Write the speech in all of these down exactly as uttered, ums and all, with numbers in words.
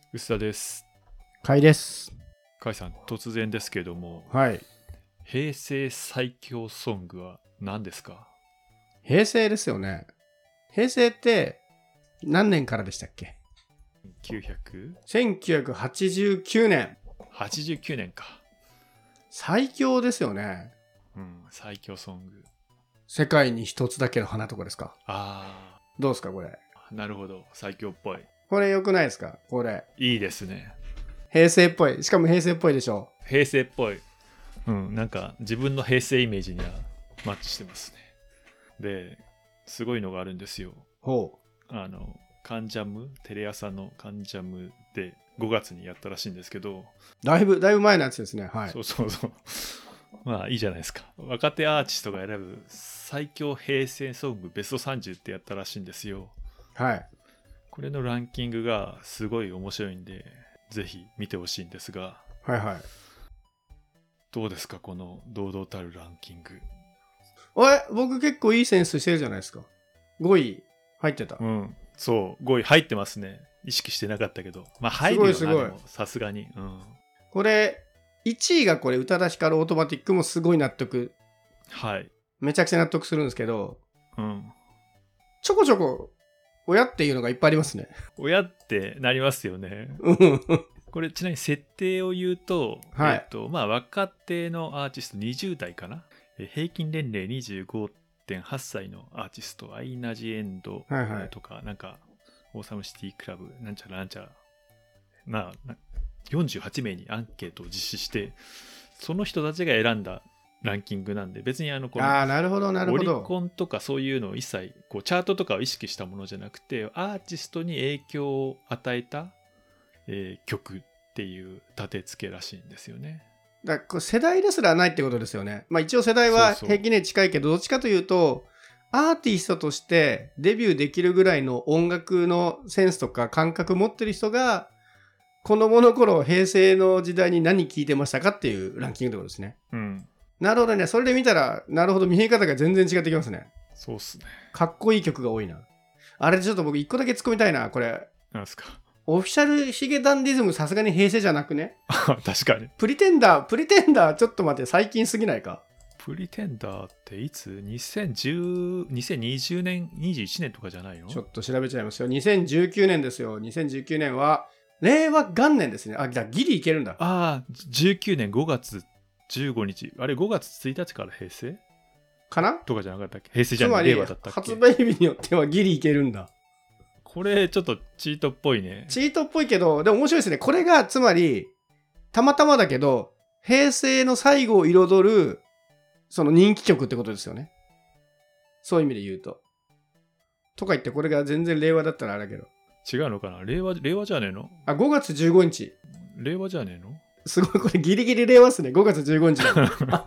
薄田です。 甲斐です。 甲斐さん、突然ですけども、 はい。 平成最強ソングは何ですか？ 平成ですよね。平成って何年からでしたっけ？ きゅうひゃくせんきゅうひゃくはちじゅうきゅうねん。 はちじゅうきゅうねんか。 最強ですよね。 うん、最強ソング。 世界に一つだけの花とかですか？ あどうですかこれ？ あ、なるほど。最強っぽい。 これ良くないですか？これ。 いいですね。 平成っぽい。しかも平成っぽいでしょ。 平成っぽい。うん、なんか自分の平成イメージにはマッチしてますね。で、すごいのがあるんですよ。 ほう。あの、カンジャム、テレ朝のカンジャムでごがつにやったらしいんですけど、 だいぶ、だいぶ前のやつですね。はい。 そうそうそう。まあいいじゃないですか。若手アーティストが選ぶ最強平成ソングベストさんじゅうってやったらしいんですよ。 はい。 これのランキングがすごい面白いんで、ぜひ見てほしいんですが、 はいはい。 どうですかこの堂々たるランキング。 おい、僕結構いいセンスしてるじゃないですか。ごい入ってた。 うん、そう、ごい入ってますね。意識してなかったけど。まあ入るよな、 すごいすごいでもさすがに。うん。 これ、いちいがこれ、宇多田ヒカルオートマティックもすごい納得。 はい。 めちゃくちゃ納得するんですけど、 うん。 ちょこちょこ、親っていうのがいっぱいありますね。 親ってなりますよね。これちなみに設定を言うと、 はいえっと、まあ若手のアーティストにじゅう代かな。平均年齢 にじゅうごてんはっさいのアーティスト、アイナ・ジ・エンドはいはいとか、なんか、オーサムシティクラブ、なんちゃらなんちゃら、まあ、よんじゅうはちめいにアンケートを実施して、その人たちが選んだランキングなんで、別にあの、この、 ああ、なるほど、なるオリほど。 コンとかそういうのを一切、こう、チャートとかを意識したものじゃなくて、アーティストに影響を与えた、えー曲っていう立て付けらしいんですよね。 だからこれ世代ですらないってことですよね。まあ一応世代はそうそう平均年近いけど、どっちかというと、アーティストとしてデビューできるぐらいの音楽のセンスとか感覚持ってる人が、子供の頃、平成の時代に何聴いてましたかっていうランキングってことですね。 うん。 なるほどね。それで見たら、なるほど、見え方が全然違ってきますね。 そうっすね。 かっこいい曲が多いな。あれでちょっと僕一個だけ突っ込みたいな、これ。 なんですか。 オフィシャルヒゲダンディズムさすがに平成じゃなくね？ 確かに。 プリテンダー、プリテンダー、ちょっと待って、最近すぎないか？ プリテンダーっていつ にせんじゅう にせんにじゅうねん、にじゅういちねんとかじゃないの？ ちょっと調べちゃいますよ。にせんじゅうきゅうねんですよ。にせんじゅうきゅうねんは、令和元年ですね。あ、じゃあギリいけるんだ。 ああ、じゅうきゅうねんごがつじゅうごにち。あれごがつついたちから平成かなとかじゃなかったっけ？平成じゃない、 つまり、 令和だったっけ？ 発売日によってはギリいけるんだ。 これちょっとチートっぽいね。 チートっぽいけど、でも面白いですね。これが、つまり、たまたまだけど、平成の最後を彩る、その人気曲ってことですよね。そういう意味で言うと。とか言って、これが全然令和だったらあれだけど。 違うのかな？令和、令和じゃねえの？ あ、ごがつじゅうごにち。 令和じゃねえの？ すごい、これギリギリ令和っすね。ごがつじゅうごにちだ。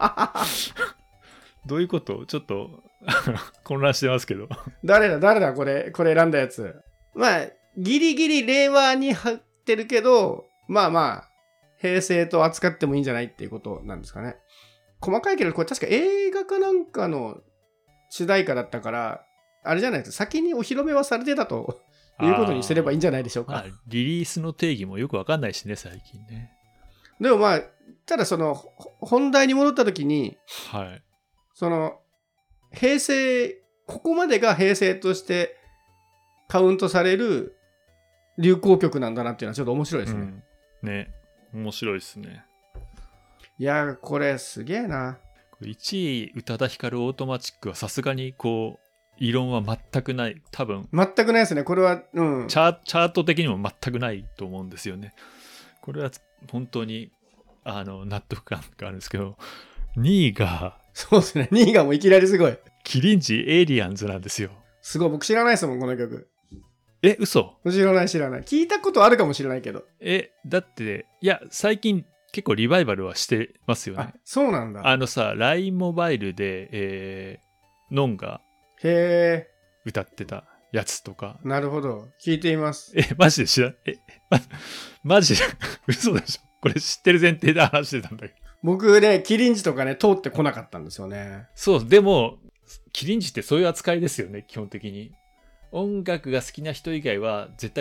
どういうこと？ちょっと混乱してますけど。 誰だ誰だこれ、これ選んだやつ。まあ、ギリギリ令和に入ってるけど、まあまあ、平成と扱ってもいいんじゃないっていうことなんですかね。細かいけど、これ確か映画かなんかの主題歌だったから、あれじゃないですか。先にお披露目はされてたということにすればいいんじゃないでしょうか。 まあ、リリースの定義もよくわかんないしね、最近ね。 でもまあ、ただその、本題に戻った時に、 はい。 その、平成、ここまでが平成としてカウントされる流行曲なんだなっていうのはちょっと面白いですね。 うん、ね、面白いですね。 いや、これすげえな。 いちい宇多田ヒカルオートマチックはさすがにこう異論は全くない。多分全くないですね。これは、うん、 チャー、チャート的にも全くないと思うんですよね。これは本当にあの納得感があるんですけど、にいがそうですね。にいがもういきなりすごい。 キリンジエイリアンズなんですよ。 すごい。僕知らないですもん、この曲。 え、嘘？ 知らない知らない。聞いたことあるかもしれないけど。 え、だっていや最近結構リバイバルはしてますよね。 あ、そうなんだ。 あのさ、ライン モバイルで、えー、ノンがへえ。 歌ってたやつとか。 なるほど。聞いています。 え、マジで知らん、え、ま、マジで嘘でしょ？これ知ってる前提で話してたんだけど。 僕ね、キリンジとかね、通ってこなかったんですよね。 そう、でも、キリンジってそういう扱いですよね、基本的に。音楽が好きな人以外は絶対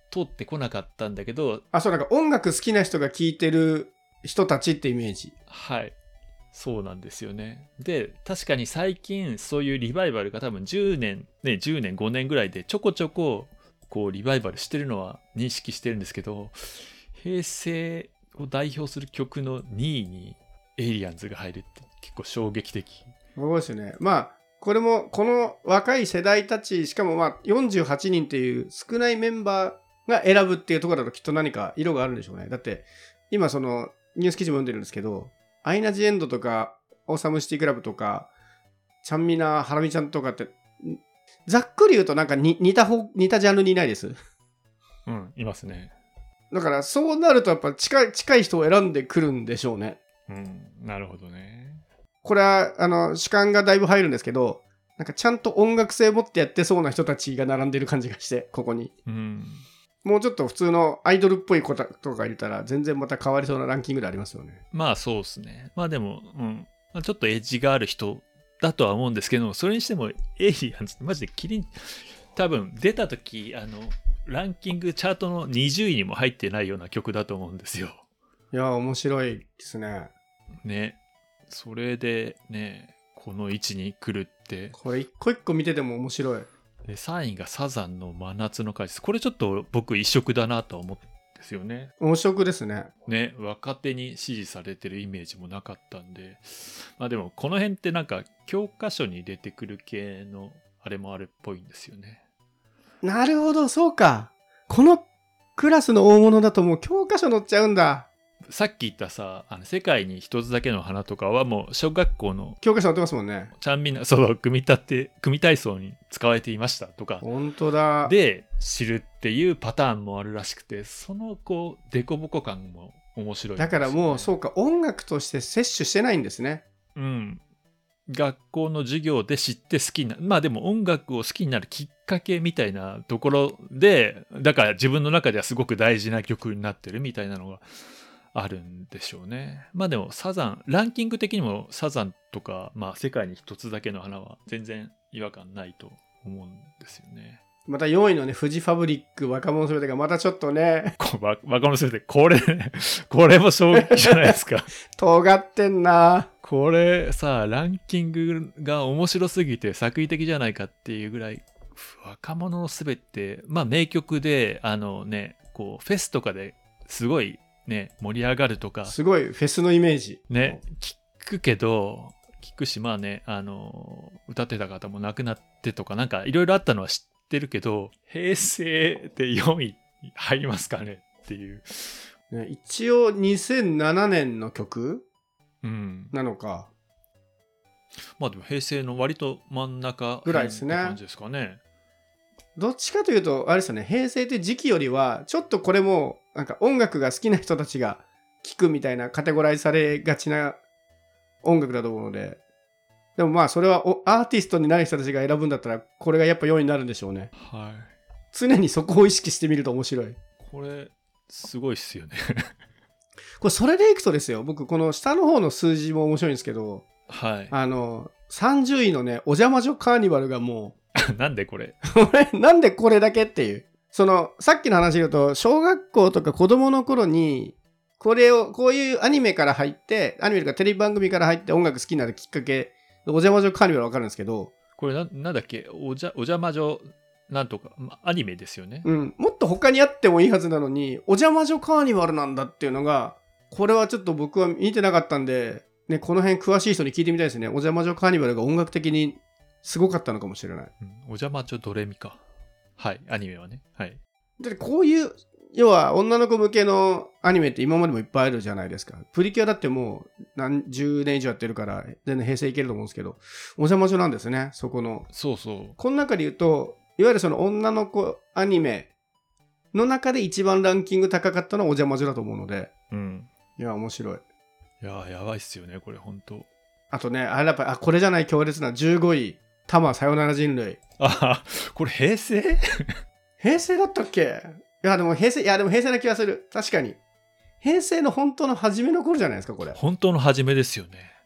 通ってこなかったんだけど、 あ、そう、なんか音楽好きな人が聴いてる人たちってイメージ。 はい。そうなんですよね。で、確かに最近そういうリバイバルが多分じゅうねん、ね、じゅうねん、ごねんぐらいでちょこちょここうリバイバルしてるのは認識してるんですけど、平成を代表する曲のにいにエイリアンズが入るって結構衝撃的。 そうですね。まあ、これもこの若い世代たち、しかもまあよんじゅうはちにんっていう少ないメンバーが選ぶっていうところだときっと何か色があるんでしょうね。だって今そのニュース記事も読んでるんですけど、アイナ・ジ・エンドとかオーサムシティクラブとかちゃんみなハラミちゃんとかってざっくり言うとなんかに似た方似たジャンルにいないです。 うん、いますね。 だからそうなるとやっぱ近い近い人を選んでくるんでしょうね。 うん、なるほどね。 これはあの主観がだいぶ入るんですけど、なんかちゃんと音楽性持ってやってそうな人たちが並んでる感じがして、ここに。 うん。 もうちょっと普通のアイドルっぽい子とか入れたら全然また変わりそうなランキングでありますよね。 まあそうですね。まあでも、うん。まあ、ちょっとエッジがある人だとは思うんですけど、それにしてもエイリアンズってマジでキリン、多分出た時、あの、ランキングチャートのにじゅういにも入ってないような曲だと思うんですよ。 いや、面白いですね。 ね。それでね、この位置に来るって。 これ一個一個見てても面白い。 でさんいがサザンの真夏の果実。これちょっと僕異色だなと思うんですよね。 面白ですね。 ね、若手に支持されてるイメージもなかったんで。まあでもこの辺ってなんか教科書に出てくる系のあれもあるっぽいんですよね。 なるほど、そうか。このクラスの大物だともう教科書載っちゃうんだ。 さっき言ったさ、あの世界に一つだけの花とかはもう小学校の教科書載ってますもんね。 ちゃんみんな、そう、組み立て、組体操に使われていましたとか。 本当だ。 で、知るっていうパターンもあるらしくて、そのこう、デコボコ感も面白い、ね。 だからもう、そうか、音楽として摂取してないんですね。 うん。学校の授業で知って好きな、まあでも音楽を好きになるきっかけみたいなところで、だから自分の中ではすごく大事な曲になってるみたいなのがあるんでしょうね。まあでもサザン、ランキング的にもサザンとか、まあ世界に一つだけの花は全然違和感ないと思うんですよね。 またよんいのね、フジファブリック若者すべてがまたちょっとね。 若者すべて、これね、これも衝撃じゃないですか。 尖ってんな。 これさ、ランキングが面白すぎて作為的じゃないかっていうぐらい、若者のすべて、まあ名曲で、あのね、こう、フェスとかですごいね、盛り上がるとか。 すごいフェスのイメージ。 ね、聞くけど、聞くし、まあね、あの、歌ってた方も亡くなってとか、なんかいろいろあったのは知ってるけど、平成でよんい入りますかねっていう。 ね、一応にせんななねんの曲、うん、なのか。 まあでも平成の割と真ん中ぐらいですね。 って感じですかね。 どっちかというと、あれですよね、平成って時期よりは、ちょっとこれも、なんか音楽が好きな人たちが聴くみたいなカテゴライズされがちな音楽だと思うので、でもまあそれはアーティストになる人たちが選ぶんだったら、これがやっぱよんいになるんでしょうね。 はい。 常にそこを意識してみると面白い。 これ、すごいっすよね。 これそれでいくとですよ、僕この下の方の数字も面白いんですけど、 はい。 あの、さんじゅういのね、お邪魔女カーニバルがもう、なんでこれなんでこれだけっていう。その、さっきの話で言うと、小学校とか子供の頃に、これを、こういうアニメから入って、アニメとかテレビ番組から入って音楽好きになるきっかけ、お邪魔女カーニバルわかるんですけど、 これな、なんだっけ、おじゃ、お邪魔女、なんとか、ま、アニメですよね。 うん。もっと他にあってもいいはずなのに、お邪魔女カーニバルなんだっていうのが、これはちょっと僕は見てなかったんで、ね、この辺詳しい人に聞いてみたいですね。お邪魔女カーニバルが音楽的にすごかったのかもしれない。 うん、お邪魔女ドレミか。はい、アニメはね。はい。 で、こういう、要は女の子向けのアニメって今までもいっぱいあるじゃないですか。プリキュアだってもう何十年以上やってるから、全然平成いけると思うんですけど、お邪魔女なんですね、そこの。 そうそう。 この中で言うと、いわゆるその女の子アニメの中で一番ランキング高かったのはお邪魔女だと思うので、 うん。 いや、面白い。 いや、やばいっすよね、これ、ほんと。 あとね、あれやっぱ、あ、これじゃない強烈なじゅうごい、タマさよなら人類。 あ、これ平成平成だったっけ？いや、でも平成、いや、でも平成な気がする。確かに。平成の本当の初めの頃じゃないですか、これ。 本当の初めですよね。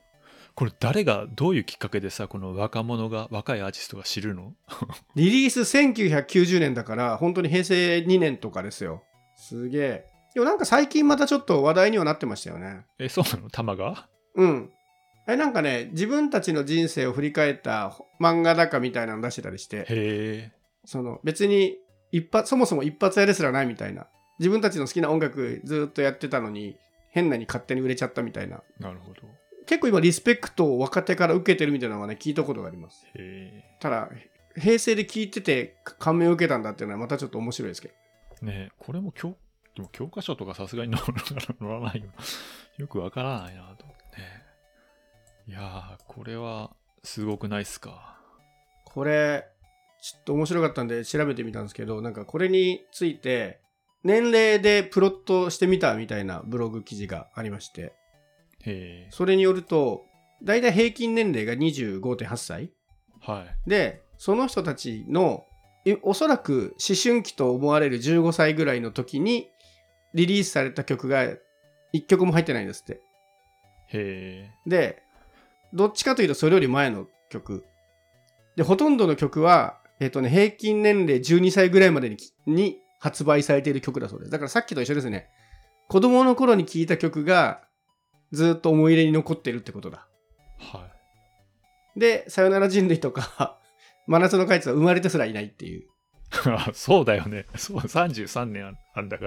これ誰がどういうきっかけでさ、この若者が、若いアーティストが知るの？ リリースせんきゅうひゃくきゅうじゅうねんだから本当に平成にねんとかですよ。すげえ。でもなんか最近またちょっと話題にはなってましたよね。 え、そうなの？玉が？ うん。え、なんかね、自分たちの人生を振り返った漫画だかみたいなの出してたりして、 へえ。 その別に一発、そもそも一発屋ですらないみたいな。自分たちの好きな音楽ずっとやってたのに、変なに勝手に売れちゃったみたいな。 なるほど。 結構今リスペクトを若手から受けてるみたいなのはね、聞いたことがあります。 へえ。 ただ、平成で聞いてて感銘を受けたんだっていうのはまたちょっと面白いですけど。 ねえ、これも教、でも教科書とかさすがに載らないよ。よくわからないなと思ってね。いやー、これはすごくないっすか。 これ、ちょっと面白かったんで調べてみたんですけど、なんかこれについて、年齢でプロットしてみたみたいなブログ記事がありまして、 へえ。 それによると、だいたい平均年齢が にじゅうごてんはっさい。 はい。 で、その人たちの、おそらく思春期と思われるじゅうごさいぐらいの時にリリースされた曲がいっきょくも入ってないんですって。 へえ。 で、どっちかというとそれより前の曲。で、ほとんどの曲は、えっとね、平均年齢じゅうにさいぐらいまでに、に発売されている曲だそうです。だからさっきと一緒ですね。子供の頃に聴いた曲がずっと思い入れに残ってるってことだ。 はで、さよなら人類とか、真夏の果実は生まれてすらいないっていう。 い。そうだよね。そう、さんじゅうさんねんあんだから。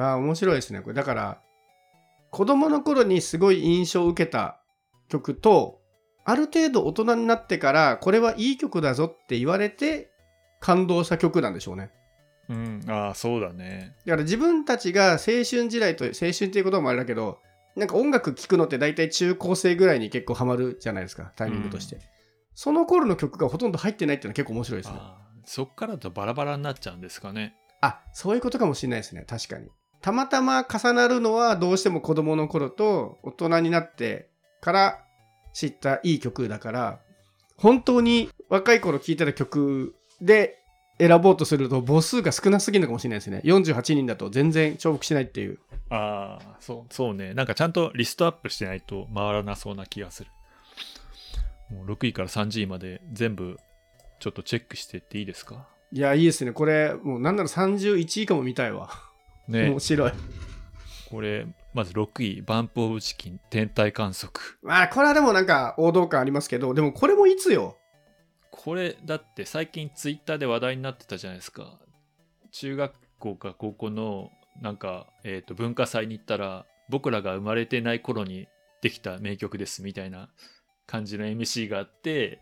ああ、面白いですね。これだから、子供の頃にすごい印象を受けた曲と、ある程度大人になってから、これはいい曲だぞって言われて、感動した曲なんでしょうね。 うん、ああ、そうだね。 だから自分たちが青春時代と、青春っていうこともあれだけど、なんか音楽聴くのって大体中高生ぐらいに結構ハマるじゃないですか、タイミングとして。うん、その頃の曲がほとんど入ってないっていうのは結構面白いですね。 あ、そっからだとバラバラになっちゃうんですかね。 あ、そういうことかもしれないですね。確かに。たまたま重なるのはどうしても子供の頃と大人になってから知ったいい曲だから、本当に若い頃聴いてた曲で選ぼうとすると母数が少なすぎるのかもしれないですね。よんじゅうはちにんだと全然重複しないっていう。 ああ、そう、そうね。なんかちゃんとリストアップしてないと回らなそうな気がする。もうろくいからさんじいまで全部ちょっとチェックしてっていいですか？ いや、いいですね。これ、もうなんならさんじゅういちいかも見たいわ。ね。面白い。 これ、まずろくい、バンプオブチキン、天体観測。 まあ、これはでもなんか王道感ありますけど、でもこれもいつよ？ これ、だって最近ツイッターで話題になってたじゃないですか。中学校か高校の、なんか、えっと、文化祭に行ったら、僕らが生まれてない頃にできた名曲ですみたいな感じの エムシー があって、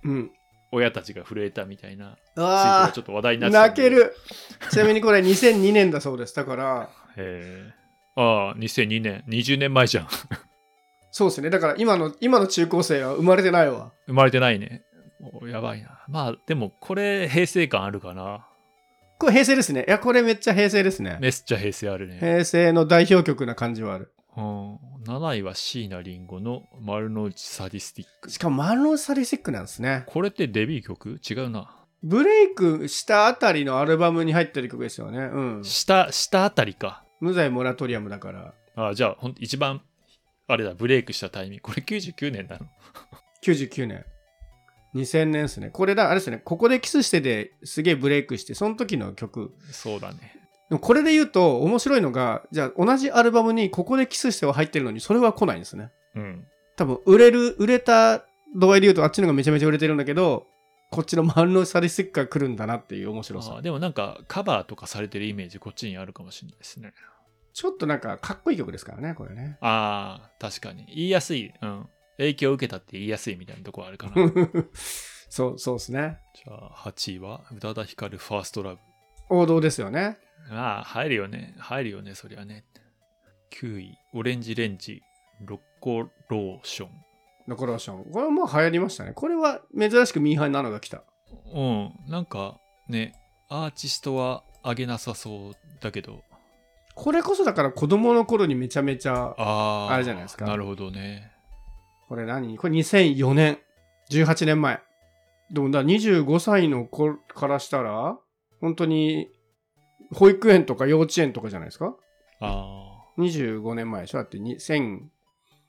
うん、親たちが震えたみたいなツイートがちょっと話題になってたんで。 泣ける。ちなみにこれにせんにねんだそうです。だからへー、ああ、にせんにねん、にじゅうねんまえじゃん。 そうですね。だから今の今の中高生は生まれてないわ。 生まれてないね。やばいな。まあでもこれ平成感あるかな。 これ平成ですね。いや、これめっちゃ平成ですね。 めっちゃ平成あるね。 平成の代表曲な感じはある。 うん、なないは椎名林檎の丸の内サディスティック。 しかも丸の内サディスティックなんですね。 これってデビュー曲？違うな。 ブレイクしたあたりのアルバムに入ってる曲ですよね。うん。 したしたあたりか。 無罪モラトリアムだから。 ああ、じゃあほん一番あれだ、ブレイクしたタイミング。これきゅうじゅうきゅうねんなの？ きゅうじゅうきゅうねん。にせんねんですね。これだ、あれですね。ここでキスしてですげえブレイクして、その時の曲。 そうだね。 でもこれで言うと面白いのが、じゃあ同じアルバムにここでキスしては入ってるのにそれは来ないんですね。 うん。 多分売れる、売れた度合いで言うとあっちのがめちゃめちゃ売れてるんだけど、こっちの丸の内サディスティックが来るんだなっていう面白さ。 あ、でもなんかカバーとかされてるイメージこっちにあるかもしれないですね。 ちょっとなんかかっこいい曲ですからね、これね。 ああ、確かに。言いやすい。うん。影響を受けたって言いやすいみたいなとこあるかな。 そう、そうですね。 じゃあはちいは宇多田ヒカルファーストラブ。 王道ですよね。 ああ、入るよね。入るよね、そりゃね。きゅうい、オレンジレンジ、ロコローション。 ロコローション。これはもう流行りましたね。これは珍しくミーハーなのが来た。 うん。なんかね、アーティストは上げなさそうだけど。 これこそだから子供の頃にめちゃめちゃ、あれじゃないですか。 なるほどね。 これ何？これにせんよねん。じゅうはちねんまえ。でもだにじゅうごさいの子からしたら、本当に、保育園とか幼稚園とかじゃないですか？ ああ。 にじゅうごねんまえでしょ？だってせん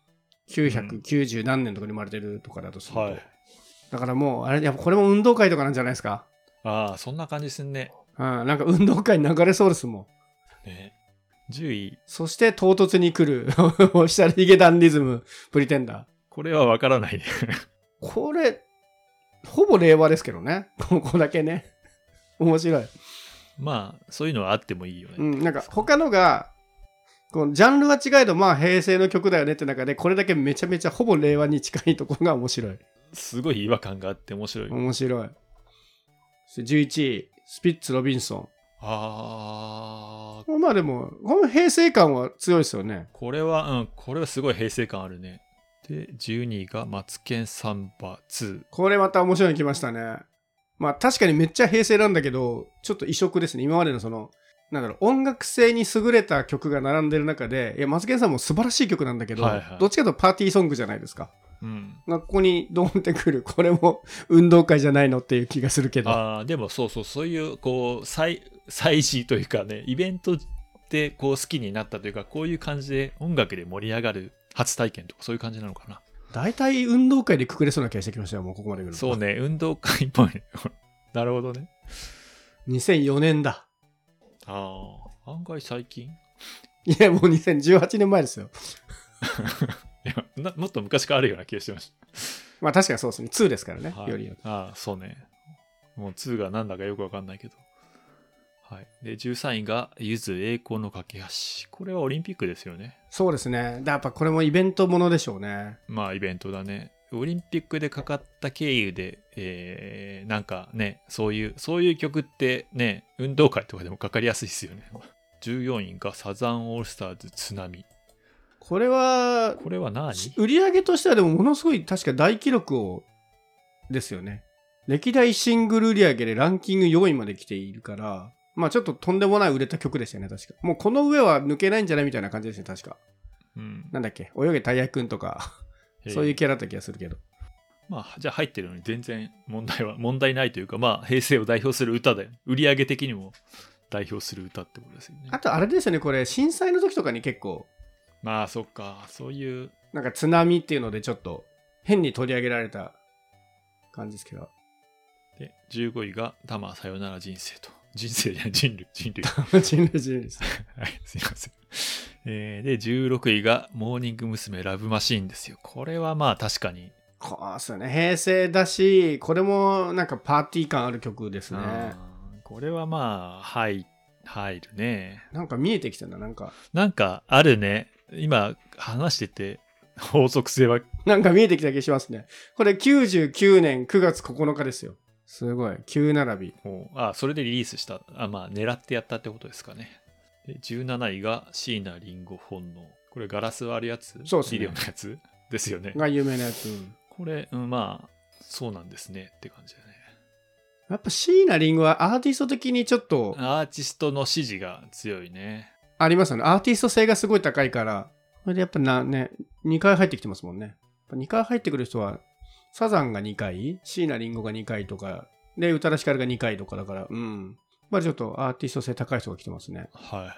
きゅうひゃくきゅうじゅう何年とかに生まれてるとかだとすると、 はい、 だからもうあれやっぱこれも運動会とかなんじゃないですか。 ああそんな感じすんね。 うん、なんか運動会に流れそうですもん、 ね、じゅうい、 そして唐突に来るオフィシャルヒゲダンディズムプリテンダー。 これはわからないねこれほぼ令和ですけどね、ここだけね面白い。 まあそういうのはあってもいいよね、 うん、なんか他のがこのジャンルは違えどまあ平成の曲だよねって中でこれだけめちゃめちゃほぼ令和に近いところが面白い。 すごい違和感があって面白い。 面白い。そしてじゅういちいスピッツ・ロビンソン。 ああ、まあでもこの平成感は強いですよね。 これはうんこれはすごい平成感あるね。でじゅうにいがマツケンサンバに。 これまた面白いの来ましたね。まあ確かにめっちゃ平成なんだけどちょっと異色ですね。今までのそのなんだろう音楽性に優れた曲が並んでる中で、いやマツケンさんも素晴らしい曲なんだけど、はいはい、どっちかというとパーティーソングじゃないですか。うん、ここにドーンってくるこれも運動会じゃないのっていう気がするけど、 あでもそうそうそういうこう祭事というかねイベントでこう好きになったというかこういう感じで音楽で盛り上がる初体験とかそういう感じなのかな。 大体運動会でくくれそうな気がしてきましたよもうここまで来ると。 そうね運動会っぽいなるほどね。 にせんよねんだ。 ああ案外最近。 いやもうにせんじゅうはちねんまえですよいやなもっと昔からあるような気がしてました。 まあ確かにそうですねにですからね、はい、よりよああそうねもうにがなんだかよくわかんないけど、はい、でじゅうさんいがゆず栄光の架け橋。これはオリンピックですよね。 そうですね。やっぱこれもイベントものでしょうね。 まあイベントだね。オリンピックでかかった経由で、えー、なんかねそういうそういう曲ってね運動会とかでもかかりやすいですよね。じゅうよんいがサザンオールスターズ津波。 これはこれは何？ 売り上げとしてはでもものすごい確か大記録をですよね。歴代シングル売り上げでランキングよんいまで来ているから、まあちょっととんでもない売れた曲でしたよね確か。もうこの上は抜けないんじゃないみたいな感じですね確か。うん、なんだっけ泳げたい焼くんとかそういうキャラだった気がするけど。 まあじゃあ入ってるのに全然問題は問題ないというかまあ平成を代表する歌だよ。売り上げ的にも代表する歌ってことですよね。 あとあれですよねこれ震災の時とかに結構まあそっかそういうなんか津波っていうのでちょっと変に取り上げられた感じですけど。 でじゅうごいがタマさよなら人生と。人生じゃない人類人類人類人類ですはいすいません、えー、でじゅうろくいがモーニング娘。ラブマシーンですよ。これはまあ確かにこうそうね平成だしこれもなんかパーティー感ある曲ですね。 これはまあ入入るね。 なんか見えてきたな。なんかなんかあるね今話してて法則性はなんか見えてきた気がしますね。これきゅうじゅうきゅうねんくがつここのかですよ。すごい急並び。 あそれでリリースしたあまあ狙ってやったってことですかね。でじゅうなないが椎名林檎本能。これガラス割るやつ。 そうですね。 ビデオのやつですよね。 が有名なやつ。 これ、うん、まあそうなんですねって感じだね。 やっぱ椎名林檎はアーティスト的にちょっとアーティストの支持が強いね。 ありますよね。アーティスト性がすごい高いからそれでやっぱなねにかい入ってきてますもんね。にかい入ってくる人はサザンがにかい椎名林檎がにかいとかで宇多田ヒカルがにかいとかだからうんまあちょっとアーティスト性高い人が来てますね。 はい。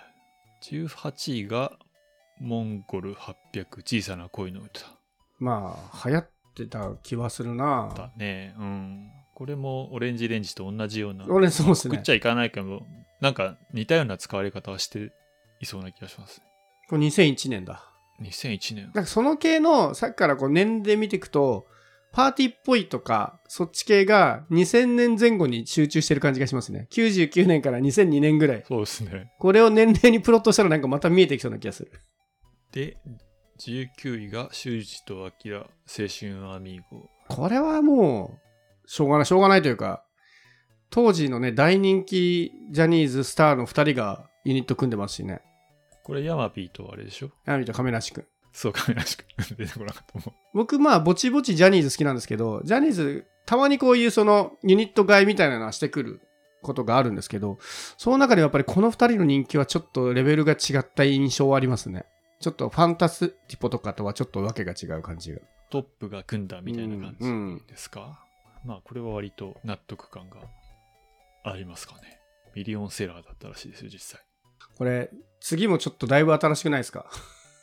じゅうはちいがモンゴルはっぴゃく小さな恋の歌。 まあ流行ってた気はするな。 だね。うん。これもオレンジレンジと同じような。 俺そうですね。 食っちゃいかないけどなんか似たような使われ方はしていそうな気がします。 これにせんいちねんだ。 にせんいちねん。 なんかその系のさっきからこう年齢見ていくとパーティーっぽいとかそっち系がにせんねんぜん後に集中してる感じがしますね。きゅうじゅうきゅうねんからにせんにねんぐらい。 そうですね。 これを年齢にプロットしたらなんかまた見えてきそうな気がする。 でじゅうきゅういが修二と明青春アミーゴ。 これはもうしょうがないしょうがないというか当時のね大人気ジャニーズスターのふたりがユニット組んでますしね。 これヤマピーとあれでしょ。 ヤマピーと亀梨くん。 そう亀梨くん出てこなかったもん。 僕まあぼちぼちジャニーズ好きなんですけどジャニーズたまにこういうそのユニット買いみたいなのはしてくることがあるんですけどその中でやっぱりこのふたりの人気はちょっとレベルが違った印象はありますね。ちょっとファンタスティポとかとはちょっとわけが違う感じが。 トップが組んだみたいな感じですか、うんうん、まあこれは割と納得感がありますかね。ミリオンセラーだったらしいですよ実際。 これ次もちょっとだいぶ新しくないですか。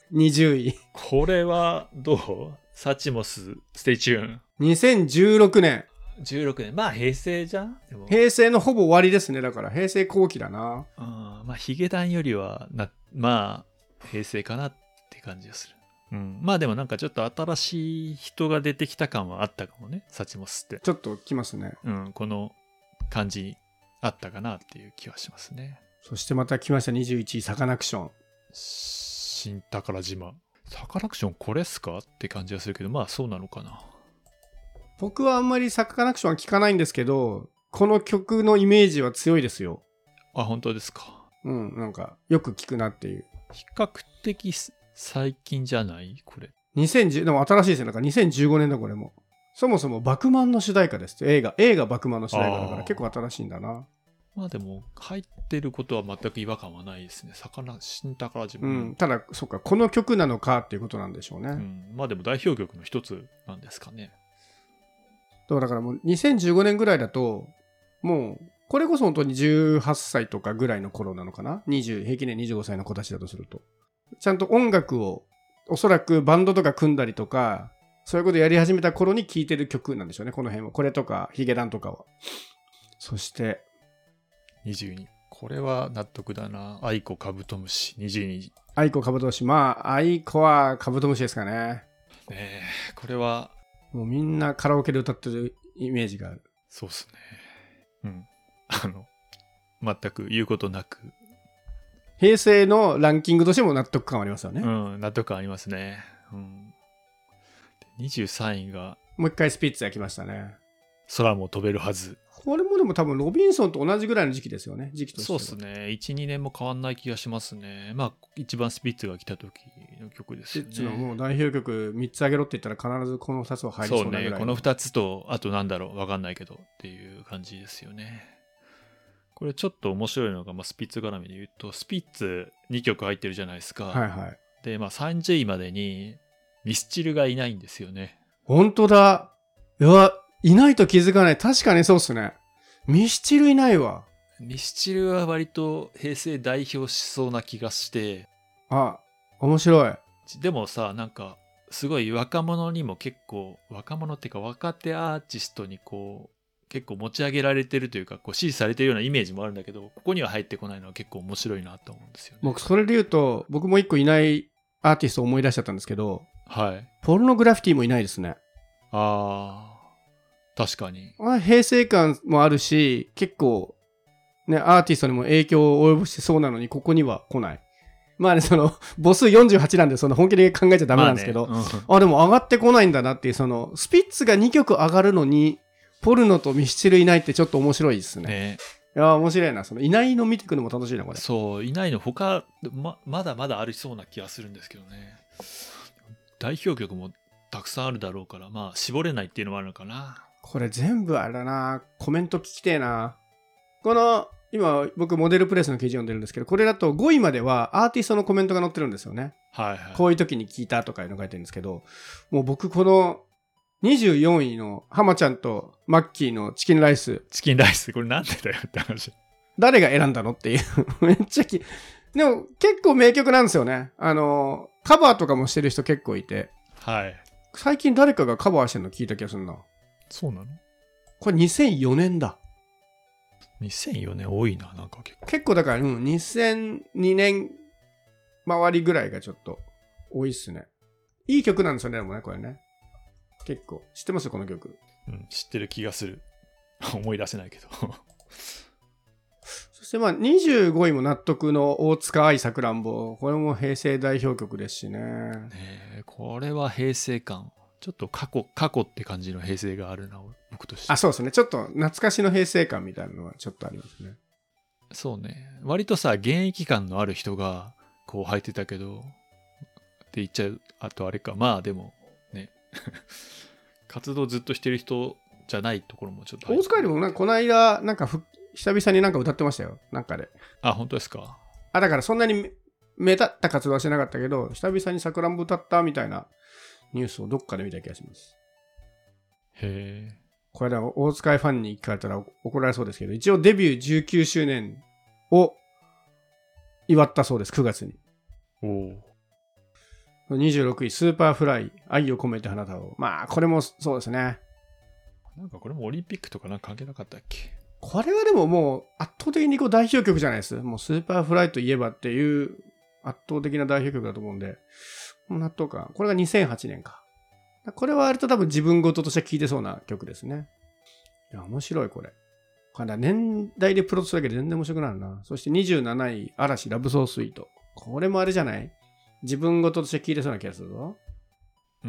にじゅうい。 これはどう？サチモス、ステイチューン。 にせんじゅうろくねん。 じゅうろくねん。まあ平成じゃん。でも平成のほぼ終わりですね。だから平成後期だな。 うん、まあヒゲダンよりはな、まあ平成かなって感じがする。うん、まあでもなんかちょっと新しい人が出てきた感はあったかもね、サチモスって。 ちょっときますね。 うん、この感じあったかなっていう気はしますね。 そしてまた来ましたにじゅういちい、サカナクション。 新宝島。サカナクションこれっすかって感じがするけど、まあそうなのかな。 僕はあんまりサカナクションは聞かないんですけど、この曲のイメージは強いですよ。 あ、本当ですか。 うん、なんかよく聞くなっていう。 比較的最近じゃないこれ。 にせんじゅう、でも新しいですね。なんかにせんじゅうごねんだこれも。そもそもバクマンの主題歌ですって。映画、映画バクマンの主題歌だから結構新しいんだな。 まあでも入ってることは全く違和感はないですね。魚新宝島。 うん、ただそっか、この曲なのかっていうことなんでしょうね。 うん、まあでも代表曲の一つなんですかね。 だからもうにせんじゅうごねんぐらいだと、もうこれこそ本当にじゅうはっさいとかぐらいの頃なのかな。にじゅう平均年にじゅうごさいの子たちだとすると、ちゃんと音楽をおそらくバンドとか組んだりとかそういうことやり始めた頃に聴いてる曲なんでしょうね。この辺はこれとかヒゲダンとかは。そしてにじゅうに、これは納得だな。アイコカブトムシにじゅうに。 アイコカブトムシ。まあアイコはカブトムシですかね。 ねえ、これはもうみんなカラオケで歌ってるイメージがある。 そうっすね。うん。あの全く言うことなく平成のランキングとしても納得感ありますよね。 うん、納得感ありますね。うん。にじゅうさんいがもう一回スピッツが来ましたね。 空も飛べるはず。 これもでも多分ロビンソンと同じぐらいの時期ですよね。時期としては。 そうっすね。いち、にねんも変わんない気がしますね。まあ一番スピッツが来た時の曲ですよね。 スピッツのもう代表曲みっつあげろって言ったら必ずこのふたつは入りそうなぐらい。 そうね。このふたつとあとなんだろうわかんないけどっていう感じですよね。これちょっと面白いのが、まあ、スピッツ絡みで言うとスピッツにきょく入ってるじゃないですか。 はいはい。 でまあさんじゅういまでにミスチルがいないんですよね。 本当だ。いや、いないと気づかない。確かにそうっすね。ミスチルいないわ。 ミスチルは割と平成代表しそうな気がして。 あ、面白い。 でもさ、なんかすごい若者にも結構若者っていうか若手アーティストにこう結構持ち上げられてるというかこう支持されてるようなイメージもあるんだけど、ここには入ってこないのは結構面白いなと思うんですよね。 僕それで言うと僕も一個いないアーティストを思い出しちゃったんですけど、 はい。 ポルノグラフィティもいないですね。 あー、確かに。 平成感もあるし、結構ねアーティストにも影響を及ぼしてそうなのにここには来ない。まあね、その母数よんじゅうはちなんでその本気で考えちゃダメなんですけど、 まあね、 うん、あでも上がってこないんだなっていう、そのスピッツがにきょく上がるのにポルノとミスチルいないってちょっと面白いですね。 ね、 いや面白いな。そのいないの見てくるのも楽しいなこれ。 そういないの他 ま, まだまだありそうな気がするんですけどね。代表曲もたくさんあるだろうから、まあ絞れないっていうのもあるのかな。 これ全部あれだな。コメント聞きてえな。この今僕モデルプレスの記事読んでるんですけど、これだとごいまではアーティストのコメントが載ってるんですよね。 はいはい。 こういう時に聞いたとかいうの書いてるんですけど、もう僕このにじゅうよんいの浜ちゃんとマッキーのチキンライス。 チキンライスこれなんでだよって話。 誰が選んだのっていうめっちゃきでも結構名曲なんですよね。あのカバーとかもしてる人結構いて、 はい。 最近誰かがカバーしてるの聞いた気がするな。 そうなの？ これにせんよねんだ。 にせんよねん多いな、なんか結構。 結構だから、うん、にせんにねん周りぐらいがちょっと多いっすね。いい曲なんですよね、でもね、これね。結構。知ってますこの曲。 うん、知ってる気がする。思い出せないけど。 そしてまあにじゅうごいも納得の大塚愛さくらんぼ。これも平成代表曲ですしね。 ねえ、これは平成感。ちょっと過去、過去って感じの平成があるな、僕として。 あ、そうですね。ちょっと懐かしの平成感みたいなのはちょっとありますね。 そうね。割とさ、現役感のある人がこう入ってたけど、って言っちゃう。あとあれか。まあでもね。活動ずっとしてる人じゃないところもちょっと入って大塚愛でもなんかこの間、なんかふ久々になんか歌ってましたよ。なんかで。 あ、本当ですか。 あ、だからそんなに目立った活動はしてなかったけど、久々にさくらんぼ歌ったみたいなニュースをどっかで見た気がします。 へえ。 これは大塚愛ファンに聞かれたら怒られそうですけど、一応デビューじゅうきゅうしゅうねんを祝ったそうです、くがつに。 おお。 にじゅうろくい、スーパーフライ、愛を込めて花束を。まあ、これもそうですね。 なんかこれもオリンピックとかなんか関係なかったっけ？ これはでももう圧倒的にこう代表曲じゃないです。もうスーパーフライといえばっていう圧倒的な代表曲だと思うんで、納得か。これがにせんはちねんか。これは割と多分自分事として聴いてそうな曲ですね。いや、面白いこれ。これ年代でプロットするだけで全然面白くなるな。そしてにじゅうなない、嵐ラブソースイート。これもあれじゃない？自分事として聴いてそうな気がするぞ。 うん、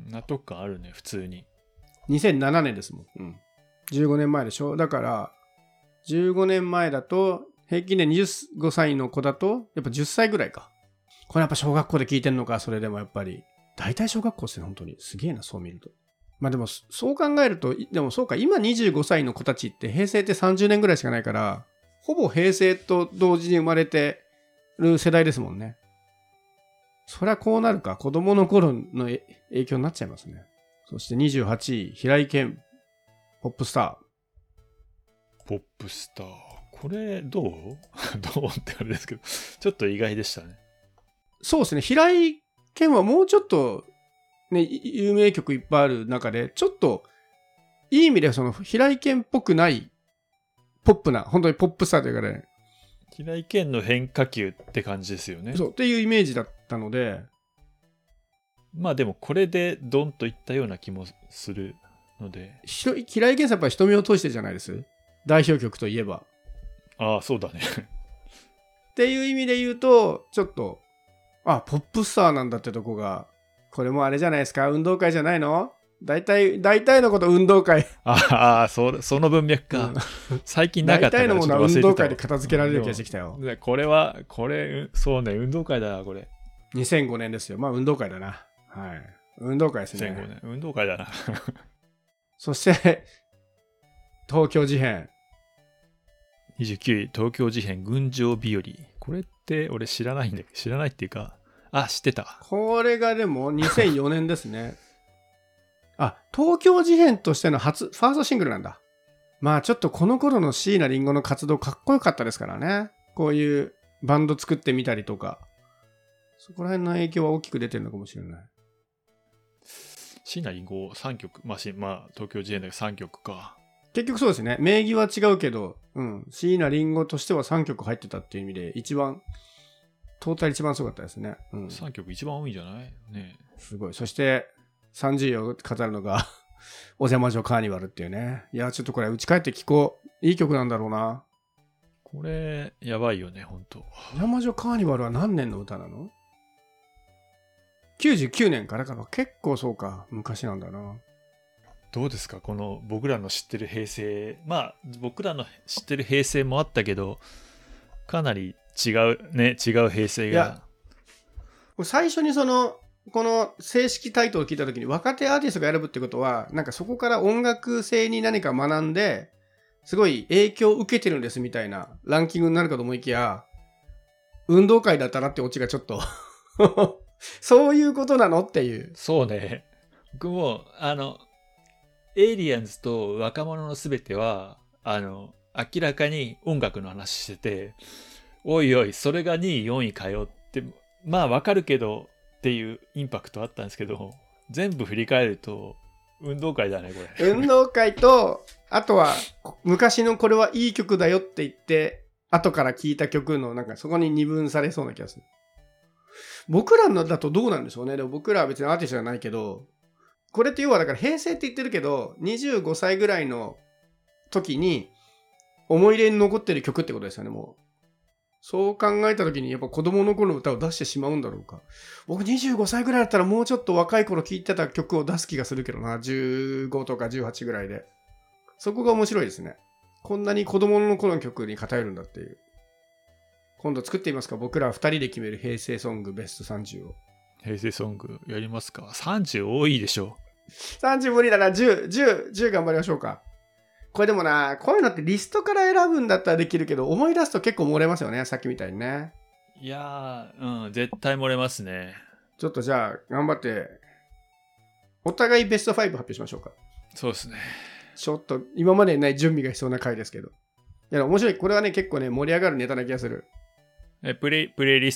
納得感あるね、普通に。 にせんななねんですもん。うん。じゅうごねんまえでしょ。だから、じゅうごねんまえだと、平均でにじゅうごさいの子だと、やっぱじゅっさいぐらいか。これやっぱ小学校で聴いてんのか、それでもやっぱり。大体小学校ですね、本当に。すげえな、そう見ると。まあでも、そう考えると、でもそうか、今にじゅうごさいの子たちって平成ってさんじゅうねんぐらいしかないから、ほぼ平成と同時に生まれてる世代ですもんね。そりゃこうなるか。子供の頃の影響になっちゃいますね。そしてにじゅうはちい、平井堅、ポップスター。 ポップスター。これ、どうどうってあれですけど、ちょっと意外でしたね。 そうですね。平井堅はもうちょっと、ね、有名曲いっぱいある中で、ちょっと、いい意味でその平井堅っぽくない、ポップな、本当にポップスターというかね。 平井堅の変化球って感じですよね。 そう、っていうイメージだったので。 まあでもこれでドンといったような気もするので。 平井堅さんやっぱり瞳を通してじゃないです。代表曲といえば。 ああ、そうだね。 っていう意味で言うと、ちょっと、あ、ポップスターなんだってとこが、これもあれじゃないですか、運動会じゃないの？大体、大体のこと運動会。 ああ、そ, その文脈か。うん、最近なかったからちょっと忘れてた。 大体のものは運動会で片付けられる気がしてきたよ。 これは、これ、そうね、運動会だな、これ。 にせんごねんですよ。まあ、運動会だな。はい。運動会ですね。 にせんごねん、運動会だな。 そして、東京事変。 にじゅうきゅうい、東京事変群青日和。これって俺知らないんだけど、知らないっていうか、あ、知ってた。 これがでもにせんよねんですね。あ、東京事変としての初、ファーストシングルなんだ。まあちょっとこの頃の椎名林檎の活動かっこよかったですからね。こういうバンド作ってみたりとか。そこら辺の影響は大きく出てるのかもしれない。 椎名林檎さんきょく、まあ、まあ、東京事変だけどさんきょくか。 結局そうですね。名義は違うけど、うん。椎名林檎としてはさんきょく入ってたっていう意味で、一番、トータル一番すごかったですね。うん、 さんきょく一番多いんじゃないね。 すごい。そして、さんじゅういを飾るのが、お邪魔女カーニバルっていうね。いや、ちょっとこれ、うち帰って聴こう。いい曲なんだろうな。 これ、やばいよね、ほんと。 お邪魔女カーニバルは何年の歌なの？きゅうじゅうきゅうねんからかな。結構そうか。昔なんだな。 どうですかこの僕らの知ってる平成。まあ僕らの知ってる平成もあったけど、かなり違うね、違う平成が。 最初にそのこの正式タイトルを聞いた時に、若手アーティストが選ぶってことは、なんかそこから音楽性に何か学んですごい影響を受けてるんですみたいなランキングになるかと思いきや、運動会だったなってオチがちょっとそういうことなのっていう。 そうね。僕もあのエイリアンズと若者のすべてはあの明らかに音楽の話してて、おいおいそれがにいよんいかよってまあわかるけどっていうインパクトあったんですけど、全部振り返ると運動会だねこれ。 運動会と、あとは昔のこれはいい曲だよって言って後から聴いた曲のなんかそこに二分されそうな気がする。僕らのだとどうなんでしょうね。でも僕らは別にアーティストじゃないけど、これって要はだから平成って言ってるけど、にじゅうごさいぐらいの時に思い入れに残ってる曲ってことですよね。もうそう考えた時にやっぱ子供の頃の歌を出してしまうんだろうか。僕にじゅうごさいぐらいだったらもうちょっと若い頃聴いてた曲を出す気がするけどな。じゅうごとかじゅうはちぐらいで。そこが面白いですね。こんなに子供の頃の曲に偏るんだっていう。今度作ってみますか。僕らふたりで決める平成ソングベストさんじゅうを。 平成ソングやりますか。さんじゅう多いでしょ。 さんじゅう無理だな。じゅう、じゅう、じゅう頑張りましょうか。これでもな、こういうのってリストから選ぶんだったらできるけど、思い出すと結構漏れますよね。さっきみたいにね。 いやー、うん、絶対漏れますね。 ちょっとじゃあ、頑張って、お互いベストファイブ発表しましょうか。 そうですね。 ちょっと、今までにない準備が必要な回ですけど。いや、面白い。これはね、結構ね、盛り上がるネタな気がする。 えプレイ、プレイリストで、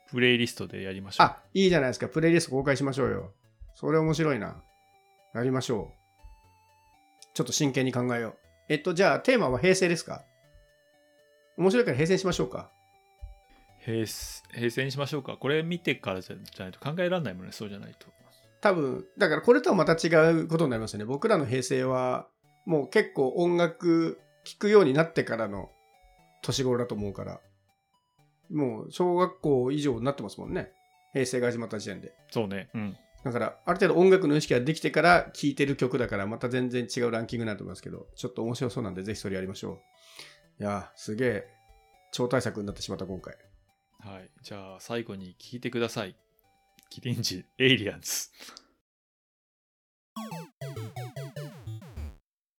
プレイリストでやりましょう。 あ、いいじゃないですか。プレイリスト公開しましょうよ。それ面白いな。やりましょう。ちょっと真剣に考えよう。えっと、じゃあ、テーマは平成ですか？面白いから平成にしましょうか。 平成平成にしましょうか。これ見てからじゃじゃないと考えられないもんね、そうじゃないと。 多分、だからこれとはまた違うことになりますよね。僕らの平成は、もう結構音楽聴くようになってからの年頃だと思うから、もう小学校以上になってますもんね。平成が始まった時点で。 そうね。うん。 だから、ある程度音楽の意識ができてから聴いてる曲だから、また全然違うランキングになると思いますけど、ちょっと面白そうなんで、ぜひそれやりましょう。いやー、すげえ、超大作になってしまった、今回。 はい。じゃあ、最後に聞いてください。キリンジ、エイリアンズ。